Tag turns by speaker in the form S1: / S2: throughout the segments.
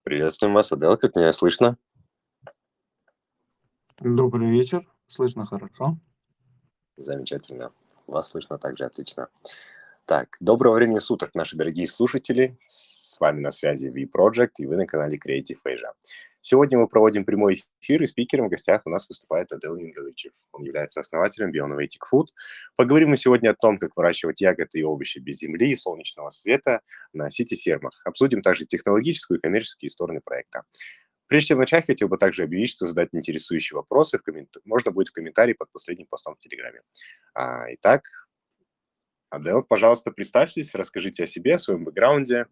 S1: Приветствуем вас, Адел, как меня слышно?
S2: Добрый вечер. Слышно хорошо.
S1: Замечательно. Вас слышно также отлично. Так, доброго времени суток, наши дорогие слушатели. С вами на связи V-Project, и вы на канале Creative Asia. Сегодня мы проводим прямой эфир, и спикером в гостях у нас выступает Адел Мингалычев. Он является основателем Bionovatic Food. Поговорим мы сегодня о том, как выращивать ягоды и овощи без земли и солнечного света на сити-фермах. Обсудим также технологическую и коммерческие стороны проекта. Прежде чем начать, хотел бы также объявить, что задать интересующие вопросы можно будет в комментарии под последним постом в Телеграме. Итак, Адел, пожалуйста, представьтесь, расскажите о себе, о своем бэкграунде.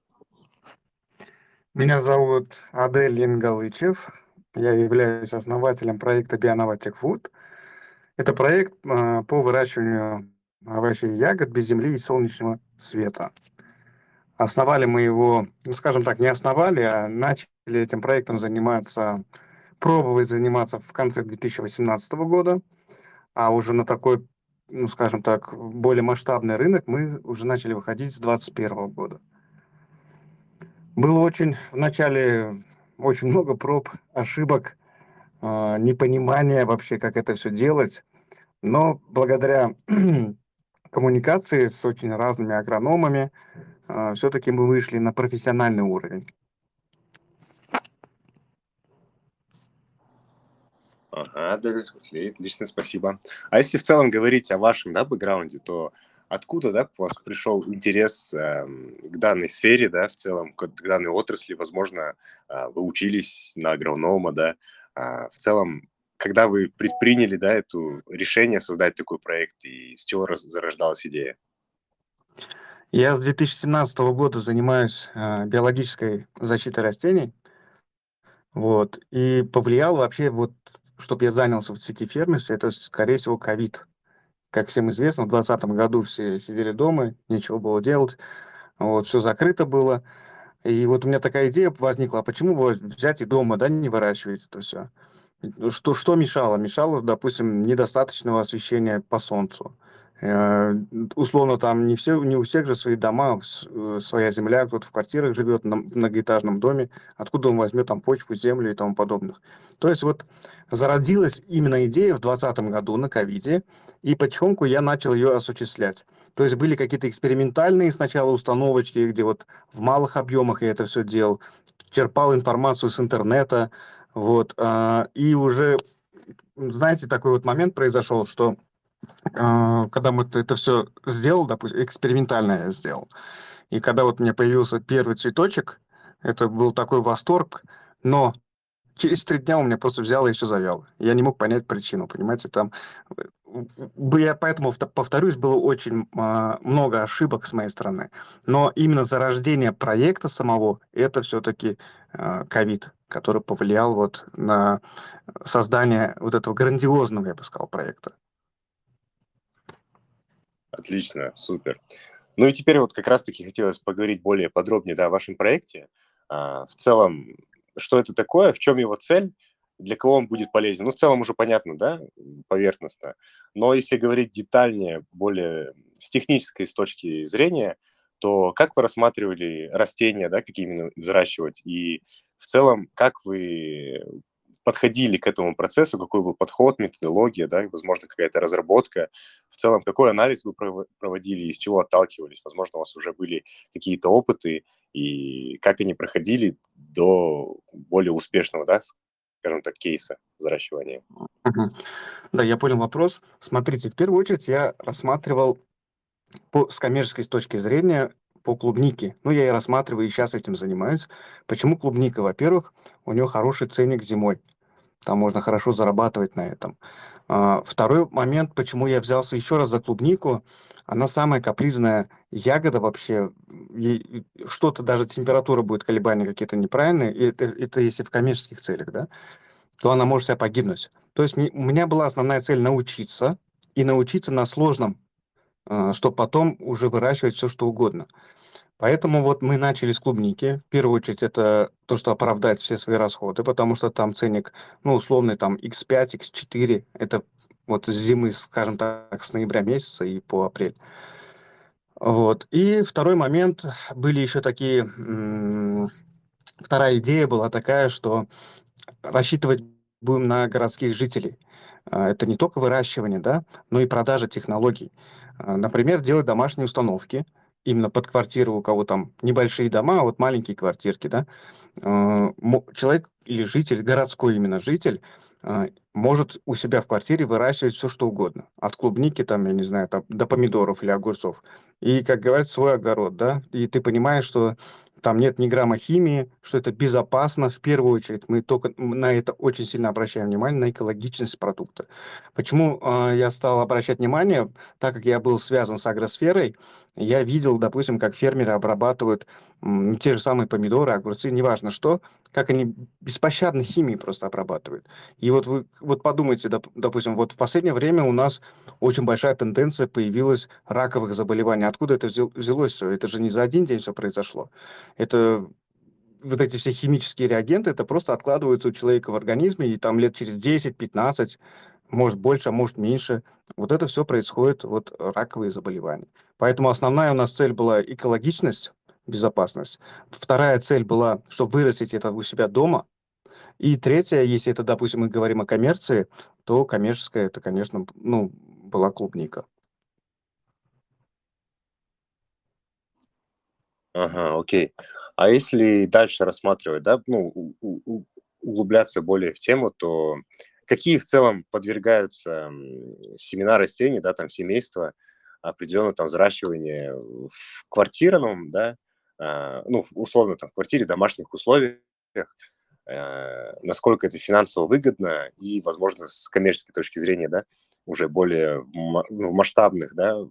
S2: Меня зовут Адель Ингалычев. Я являюсь основателем проекта Bionovatic Food. Это проект по выращиванию овощей и ягод без земли и солнечного света. Основали мы его, ну, скажем так, не основали, а начали этим проектом пробовать заниматься в конце 2018 года, а уже на такой, ну, скажем так, более масштабный рынок мы уже начали выходить с 2021 года. Было вначале очень много проб, ошибок, непонимания вообще, как это все делать. Но благодаря коммуникации с очень разными агрономами, все-таки мы вышли на профессиональный уровень.
S1: Ага, да, окей, отлично, спасибо. А если в целом говорить о вашем, да, бэкграунде, то откуда, да, у вас пришел интерес к данной сфере, да, в целом, к данной отрасли, возможно, вы учились на агронома, да, в целом, когда вы предприняли, да, это решение создать такой проект, и с чего зарождалась идея?
S2: Я с 2017 года занимаюсь биологической защитой растений, вот, и повлиял вообще, вот, чтобы я занялся в сети фермерстве, это, скорее всего, ковид. Как всем известно, в 2020 году все сидели дома, нечего было делать, вот, все закрыто было. И вот у меня такая идея возникла, а почему бы взять и дома, да, не выращивать это все? Что мешало? Мешало, допустим, недостаточного освещения по солнцу. Э, Условно, там не у всех же свои дома, своя земля, кто-то в квартирах живет, в многоэтажном доме, откуда он возьмет там почву, землю и тому подобных. То есть вот зародилась именно идея в 2020 году на ковиде, и потихоньку я начал ее осуществлять. То есть были какие-то экспериментальные сначала установочки, где вот в малых объемах я это все делал, черпал информацию с интернета, вот, и уже, знаете, такой вот момент произошел, что когда мы это все сделал, допустим, экспериментально я сделал, и когда вот у меня появился первый цветочек, это был такой восторг, но через 3 дня у меня просто взяло и все завяло. Я не мог понять причину, понимаете, там... Я поэтому повторюсь, было очень много ошибок с моей стороны. Но именно зарождение проекта самого, это все-таки ковид, который повлиял вот на создание вот этого грандиозного, я бы сказал, проекта.
S1: Отлично, супер. Ну и теперь вот как раз-таки хотелось поговорить более подробнее, да, о вашем проекте. В целом, что это такое, в чем его цель, для кого он будет полезен? Ну, в целом уже понятно, да, поверхностно. Но если говорить детальнее, более с технической с точки зрения, то как вы рассматривали растения, да, какие именно взращивать? И в целом, как вы подходили к этому процессу, какой был подход, методология, да, возможно, какая-то разработка. В целом, какой анализ вы проводили, из чего отталкивались? Возможно, у вас уже были какие-то опыты, и как они проходили до более успешного, да, скажем так, кейса взращивания.
S2: Мгм. Да, я понял вопрос. Смотрите, в первую очередь я рассматривал с коммерческой точки зрения по клубнике. Ну, я и рассматриваю, и сейчас этим занимаюсь. Почему клубника? Во-первых, у нее хороший ценник зимой. Там можно хорошо зарабатывать на этом. Второй момент, почему я взялся еще раз за клубнику, она самая капризная ягода вообще. Что-то, даже температура будет, колебания какие-то неправильные, и это если в коммерческих целях, да, то она может себя погибнуть. То есть у меня была основная цель научиться, и научиться на сложном, чтобы потом уже выращивать все, что угодно. Поэтому вот мы начали с клубники. В первую очередь это то, что оправдает все свои расходы, потому что там ценник, ну, условный там X5, X4. Это вот с зимы, скажем так, с ноября месяца и по апрель. Вот. И второй момент, были еще такие Вторая идея была такая, что рассчитывать будем на городских жителей. Это не только выращивание, да, но и продажа технологий. Например, делать домашние установки именно под квартиру, у кого там небольшие дома, а вот маленькие квартирки, да. Человек или житель, городской именно житель, может у себя в квартире выращивать все, что угодно. От клубники, там, я не знаю, там, до помидоров или огурцов. И, как говорят, свой огород, да. И ты понимаешь, что там нет ни грамма химии, что это безопасно. В первую очередь мы только на это очень сильно обращаем внимание, на экологичность продукта. Почему я стал обращать внимание? Так как я был связан с агросферой, я видел, допустим, как фермеры обрабатывают те же самые помидоры, огурцы, неважно что, как они беспощадно химией просто обрабатывают. И вот вы вот подумайте, допустим, вот в последнее время у нас очень большая тенденция появилась раковых заболеваний. Откуда это взялось все? Это же не за один день все произошло. Это вот эти все химические реагенты, это просто откладываются у человека в организме, и там лет через 10-15, может больше, а может меньше, вот это все происходит, вот раковые заболевания. Поэтому основная у нас цель была экологичность, безопасность. Вторая цель была, чтобы вырастить это у себя дома. И третья, если это, допустим, мы говорим о коммерции, то коммерческая, это, конечно, ну, была клубника.
S1: Ага, окей. А если дальше рассматривать, да, ну, углубляться более в тему, то какие в целом подвергаются семена растений, да, там семейства определенно там взращивание в квартирном, да, ну, условно там в квартире, домашних условиях, насколько это финансово выгодно и, возможно, с коммерческой точки зрения, да, уже более ну, в масштабных, да,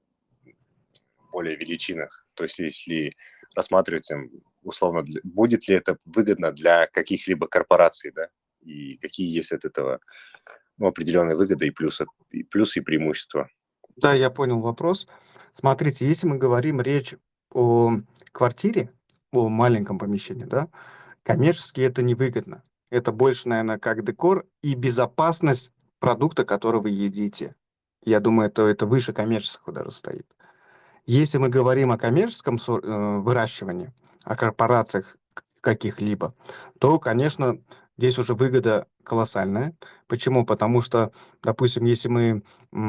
S1: более величинах. То есть если рассматривать, условно, будет ли это выгодно для каких-либо корпораций, да, и какие есть от этого ну, определенные выгоды и плюсы, и преимущества.
S2: Да, я понял вопрос. Смотрите, если мы говорим речь о квартире, о маленьком помещении, да, коммерчески это невыгодно. Это больше, наверное, как декор и безопасность продукта, который вы едите. Я думаю, это выше коммерческого даже стоит. Если мы говорим о коммерческом выращивании, о корпорациях каких-либо, то, конечно, здесь уже выгода колоссальная. Почему? Потому что, допустим, если мы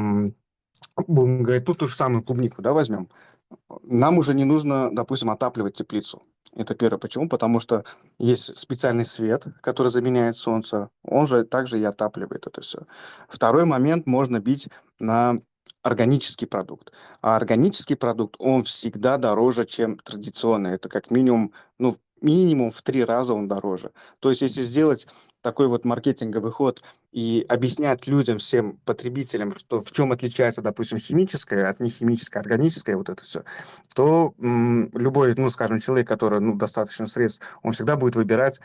S2: будем говорить, ну, ту же самую клубнику, да, возьмем. Нам уже не нужно, допустим, отапливать теплицу. Это первое. Почему? Потому что есть специальный свет, который заменяет солнце. Он же также и отапливает это все. Второй момент, можно бить на органический продукт. А органический продукт, он всегда дороже, чем традиционный. Это как минимум, ну, минимум в 3 раза он дороже. То есть, если сделать такой вот маркетинговый ход и объяснять людям, всем потребителям, что в чем отличается, допустим, химическое от нехимическое, органическое, вот это все, то любой, ну, скажем, человек, который, ну, достаточно средств, он всегда будет выбирать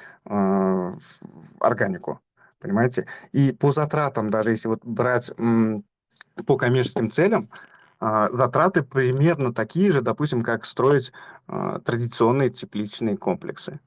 S2: органику, понимаете? И по затратам, даже если вот брать по коммерческим целям, затраты примерно такие же, допустим, как строить традиционные тепличные комплексы.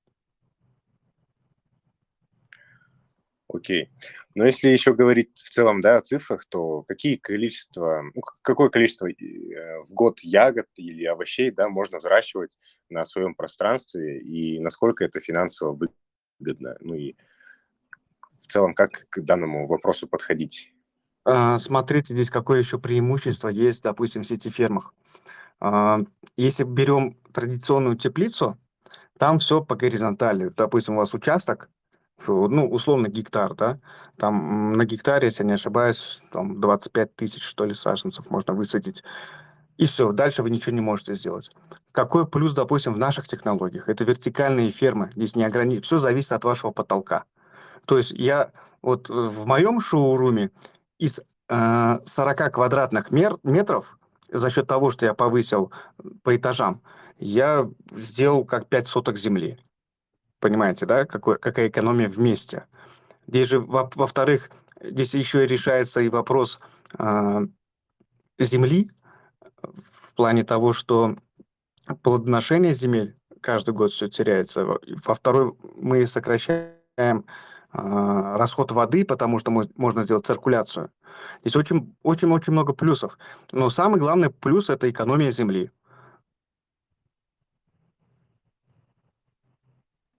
S1: Окей. Но если еще говорить в целом, да, о цифрах, то какое количество в год ягод или овощей, да, можно взращивать на своем пространстве и насколько это финансово выгодно? Ну и в целом, как к данному вопросу подходить?
S2: Смотрите, здесь какое еще преимущество есть, допустим, в сетифермах. А, Если берем традиционную теплицу, там все по горизонтали. Допустим, у вас участок, ну, условно, гектар, да, там на гектаре, если я не ошибаюсь, там 25 тысяч, что ли, саженцев можно высадить. И все, дальше вы ничего не можете сделать. Какой плюс, допустим, в наших технологиях? Это вертикальные фермы. Здесь не ограничено. Все зависит от вашего потолка. То есть я вот в моем шоуруме из 40 квадратных метров за счет того, что я повысил по этажам, я сделал как 5 соток земли. Понимаете, да, какая экономия вместе. Здесь же, во-вторых, здесь еще и решается и вопрос а, земли в плане того, что плодоношение земель каждый год все теряется. Во-вторых, мы сокращаем расход воды, потому что можно сделать циркуляцию. Здесь очень-очень много плюсов. Но самый главный плюс – это экономия земли.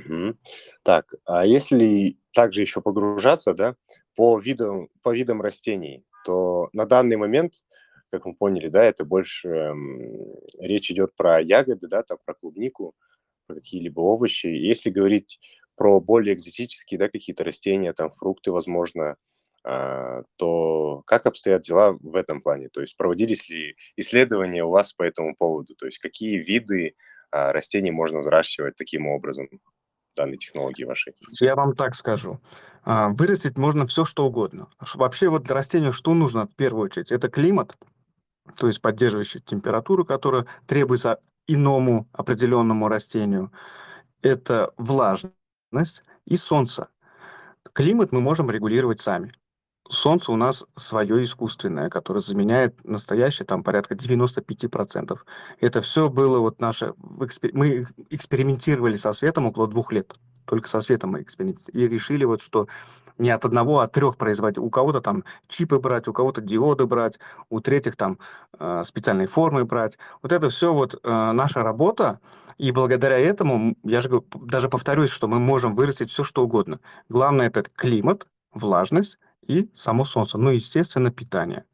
S1: Мгм. Так, а если также еще погружаться, да, по видам растений, то на данный момент, как мы поняли, да, это больше речь идет про ягоды, да, там, про клубнику, про какие-либо овощи. Если говорить про более экзотические, да, какие-то растения, там, фрукты, возможно, то как обстоят дела в этом плане? То есть проводились ли исследования у вас по этому поводу? То есть какие виды растений можно взращивать таким образом? Данной технологии вашей.
S2: Я вам так скажу. Вырастить можно все что угодно. Вообще вот для растения что нужно в первую очередь? Это климат, то есть поддерживающий температуру, которая требуется иному определенному растению. Это влажность и солнце. Климат мы можем регулировать сами. Солнце у нас свое искусственное, которое заменяет настоящее, там порядка 95%. Это все было вот наше... Мы экспериментировали со светом около 2 лет. Только со светом мы экспериментировали. И решили вот, что не от одного, а от трех производителей. У кого-то там чипы брать, у кого-то диоды брать, у третьих там специальные формы брать. Вот это все вот наша работа. И благодаря этому, я же даже повторюсь, что мы можем вырастить все, что угодно. Главное, это климат, влажность, и само солнце. Ну, естественно, питание.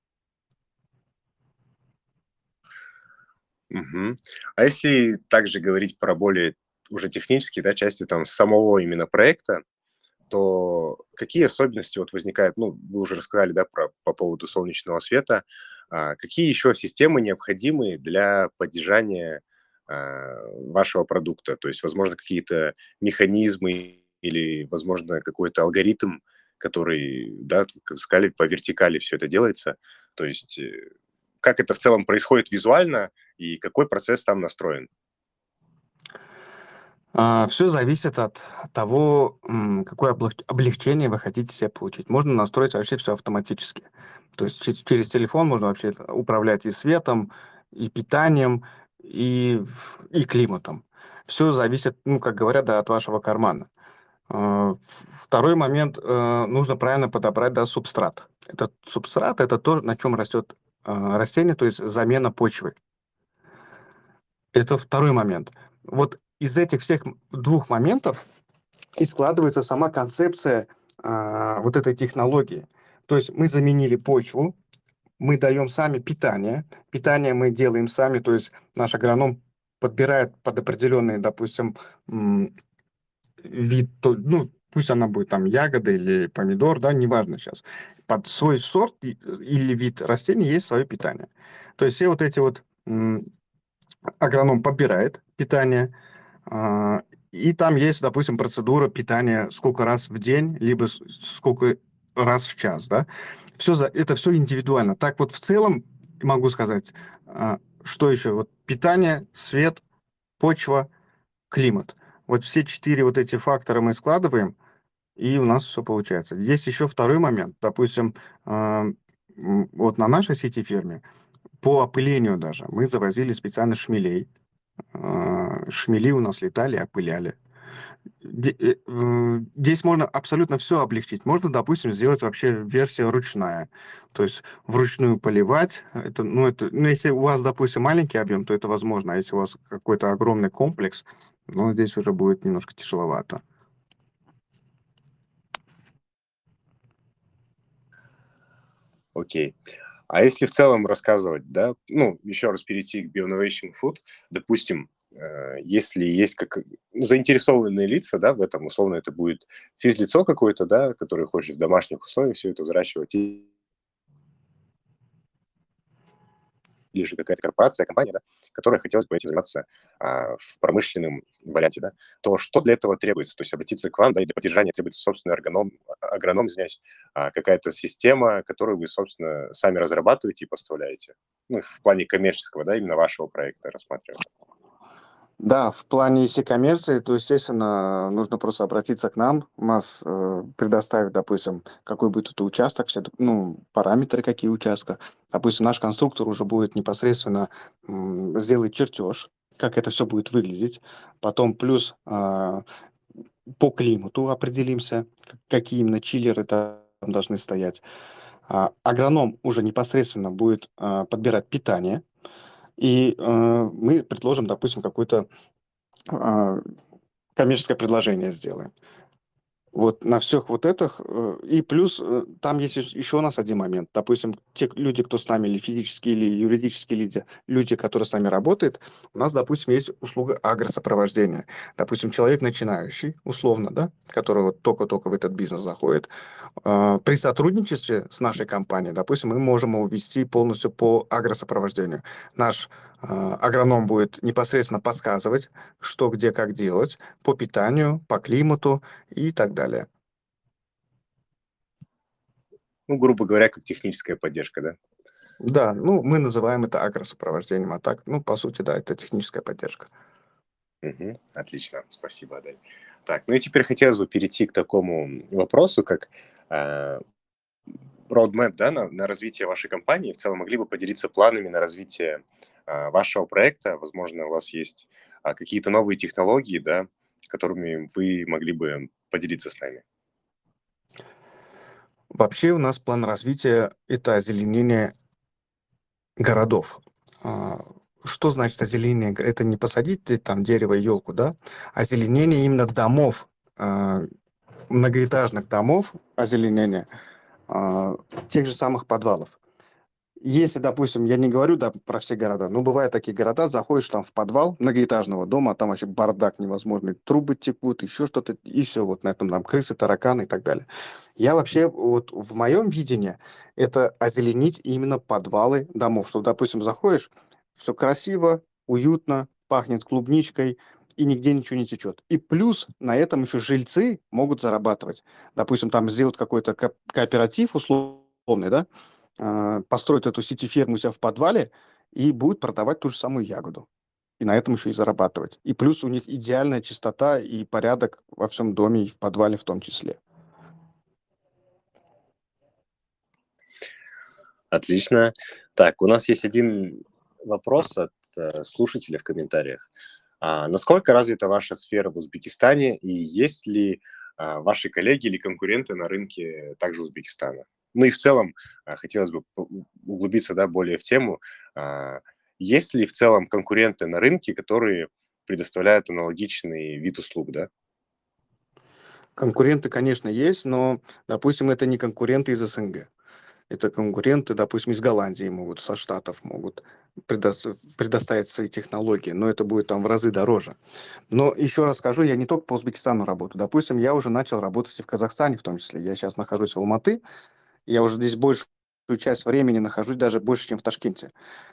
S1: Мгм. А если также говорить про более уже технические, да, части там самого именно проекта, то какие особенности вот возникают? Ну, вы уже рассказали, да, по поводу солнечного света. Какие еще системы необходимы для поддержания вашего продукта? То есть, возможно, какие-то механизмы или, возможно, какой-то алгоритм, который, да, как вы сказали, по вертикали все это делается. То есть, как это в целом происходит визуально и какой процесс там настроен?
S2: Все зависит от того, какое облегчение вы хотите себе получить. Можно настроить вообще все автоматически. То есть через телефон можно вообще управлять и светом, и питанием, и климатом. Все зависит, ну, как говорят, да, от вашего кармана. Второй момент, нужно правильно подобрать, да, субстрат. Этот субстрат — это то, на чем растет растение, то есть замена почвы. Это второй момент. Вот из этих всех 2 моментов и складывается сама концепция, вот этой технологии. То есть мы заменили почву, мы даем сами питание. Питание мы делаем сами, то есть наш агроном подбирает под определенный, допустим, вид, ну, пусть она будет там ягода или помидор, да, неважно сейчас. Под свой сорт или вид растений есть свое питание. То есть все вот эти вот агроном подбирает питание, а, и там есть, допустим, процедура питания сколько раз в день, либо сколько раз в час, да. Это все индивидуально. Так вот в целом могу сказать, что еще? Вот питание, свет, почва, климат. Вот все 4 вот эти фактора мы складываем, и у нас все получается. Есть еще второй момент. Допустим, а, вот на нашей сети-ферме по опылению даже мы завозили специально шмелей. Шмели у нас летали, опыляли. Здесь можно абсолютно все облегчить. Можно, допустим, сделать вообще версия ручная. То есть вручную поливать. Ну, если у вас, допустим, маленький объем, то это возможно. А если у вас какой-то огромный комплекс, ну, здесь уже будет немножко тяжеловато.
S1: Окей. А если в целом рассказывать, да, ну, еще раз перейти к Bioinnovation Food, допустим, если есть как заинтересованные лица, да, в этом, условно, это будет физлицо какое-то, да, которое хочет в домашних условиях все это взращивать, или же какая-то корпорация, компания, да, которая хотелось бы этим заниматься в промышленном варианте, да, то что для этого требуется? То есть обратиться к вам, да, и для поддержания требуется собственный агроном, извиняюсь, какая-то система, которую вы, собственно, сами разрабатываете и поставляете. Ну, в плане коммерческого, да, именно вашего проекта рассматриваем.
S2: Да, в плане если коммерции, то, естественно, нужно просто обратиться к нам. У нас предоставить, допустим, какой будет это участок, ну, параметры какие участка. Допустим, наш конструктор уже будет непосредственно сделать чертеж, как это все будет выглядеть. Потом плюс по климату определимся, какие именно чиллеры там должны стоять. Агроном уже непосредственно будет подбирать питание, и мы предложим, допустим, какой-то а, коммерческое предложение сделаем. Вот на всех вот этих. И плюс там есть еще у нас один момент. Допустим, те люди, кто с нами, или физические, или юридические люди, которые с нами работают, у нас, допустим, есть услуга агросопровождения. Допустим, человек начинающий, условно, да, который вот только-только в этот бизнес заходит, при сотрудничестве с нашей компанией, допустим, мы можем его вести полностью по агросопровождению. Наш агроном будет непосредственно подсказывать, что, где, как делать по питанию, по климату и так далее.
S1: Ну, грубо говоря, как техническая поддержка, да?
S2: Да, ну, мы называем это агросопровождением, а так, ну, по сути, да, это техническая поддержка.
S1: Мгм. Отлично, спасибо, Адель. Так, ну и теперь хотелось бы перейти к такому вопросу, как э, roadmap, да, на развитие вашей компании. В целом могли бы поделиться планами на развитие вашего проекта. Возможно, у вас есть какие-то новые технологии, да, которыми вы могли бы поделиться с нами.
S2: Вообще у нас план развития– это озеленение городов. А, Что значит озеленение? Это не посадить там дерево и елку, да? Озеленение именно домов, а, многоэтажных домов, озеленение тех же самых подвалов. Если, допустим, я не говорю да, про все города, но бывают такие города, заходишь там в подвал многоэтажного дома, а там вообще бардак невозможный, трубы текут, еще что-то, и все, вот на этом там крысы, тараканы и так далее. Я вообще, вот в моем видении, это озеленить именно подвалы домов, что, допустим, заходишь, все красиво, уютно, пахнет клубничкой, и нигде ничего не течет. И плюс на этом еще жильцы могут зарабатывать. Допустим, там сделать какой-то кооператив условный, да, построит эту сити-ферму у себя в подвале и будет продавать ту же самую ягоду. И на этом еще и зарабатывать. И плюс у них идеальная чистота и порядок во всем доме, и в подвале в том числе.
S1: Отлично. Так, у нас есть один вопрос от слушателя в комментариях. Насколько развита ваша сфера в Узбекистане и есть ли ваши коллеги или конкуренты на рынке также Узбекистана? Ну и в целом хотелось бы углубиться, да, более в тему. А, Есть ли в целом конкуренты на рынке, которые предоставляют аналогичный вид услуг, да?
S2: Конкуренты, конечно, есть, но, допустим, это не конкуренты из СНГ. Это конкуренты, допустим, из Голландии могут, со Штатов могут предоставить свои технологии, но это будет там в разы дороже. Но еще раз скажу, я не только по Узбекистану работаю. Допустим, я уже начал работать и в Казахстане в том числе. Я сейчас нахожусь в Алматы, я уже здесь большую часть времени нахожусь, даже больше, чем в Ташкенте.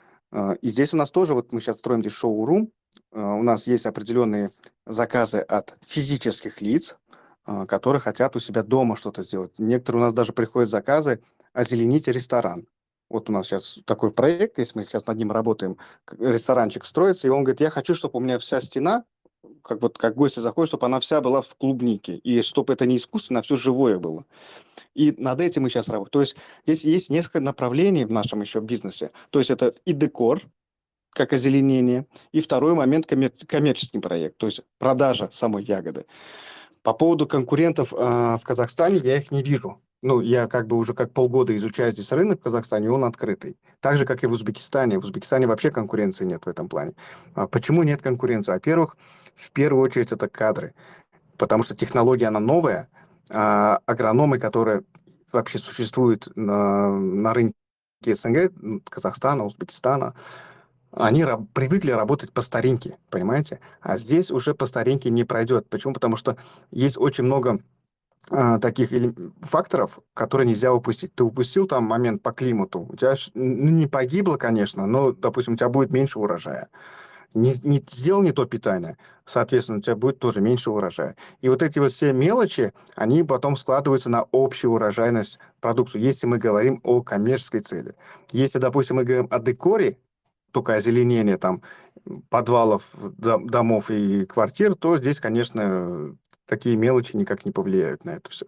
S2: И здесь у нас тоже, вот мы сейчас строим здесь шоу-рум, у нас есть определенные заказы от физических лиц, которые хотят у себя дома что-то сделать. Некоторые у нас даже приходят заказы озеленить ресторан. Вот у нас сейчас такой проект, если мы сейчас над ним работаем, ресторанчик строится, и он говорит, я хочу, чтобы у меня вся стена, как вот как гости заходят, чтобы она вся была в клубнике, и чтобы это не искусственно, а все живое было. И над этим мы сейчас работаем. То есть здесь есть несколько направлений в нашем еще бизнесе. То есть это и декор, как озеленение, и второй момент коммерческий проект, то есть продажа самой ягоды. По поводу конкурентов в Казахстане я их не вижу. Ну, я как бы уже как полгода изучаю здесь рынок в Казахстане, и он открытый. Так же, как и в Узбекистане. В Узбекистане вообще конкуренции нет в этом плане. Почему нет конкуренции? Во-первых, в первую очередь это кадры, потому что технология, она новая, агрономы, которые вообще существуют на рынке СНГ, Казахстана, Узбекистана, они привыкли работать по старинке, понимаете? А здесь уже по старинке не пройдет. Почему? Потому что есть очень много таких факторов, которые нельзя упустить. Ты упустил там момент по климату, у тебя ну, не погибло, конечно, но, допустим, у тебя будет меньше урожая. Не сделал не то питание, соответственно, у тебя будет тоже меньше урожая. И вот эти вот все мелочи, они потом складываются на общую урожайность продукции, если мы говорим о коммерческой цели. Если, допустим, мы говорим о декоре, только озеленение там подвалов, домов и квартир, то здесь, конечно, такие мелочи никак не повлияют на это все.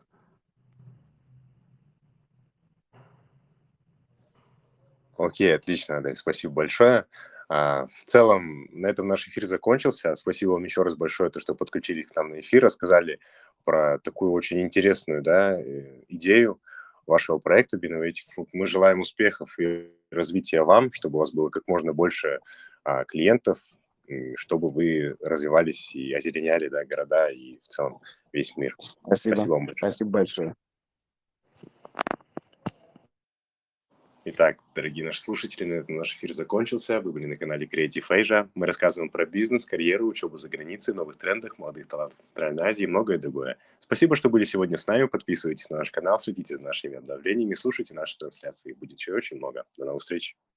S1: Окей, отлично, Адель, спасибо большое. В целом, на этом наш эфир закончился. Спасибо вам еще раз большое, то, что подключились к нам на эфир, рассказали про такую очень интересную, да, идею вашего проекта Binovative Food. Мы желаем успехов и развития вам, чтобы у вас было как можно больше клиентов, чтобы вы развивались и озеленяли, да, города и в целом весь мир.
S2: Спасибо.
S1: Спасибо вам большое.
S2: Спасибо большое.
S1: Итак, дорогие наши слушатели, на этом наш эфир закончился. Вы были на канале Creative Asia. Мы рассказываем про бизнес, карьеру, учебу за границей, новых трендах, молодых талантов в Центральной Азии и многое другое. Спасибо, что были сегодня с нами. Подписывайтесь на наш канал, следите за нашими обновлениями, слушайте наши трансляции. Будет еще очень много. До новых встреч.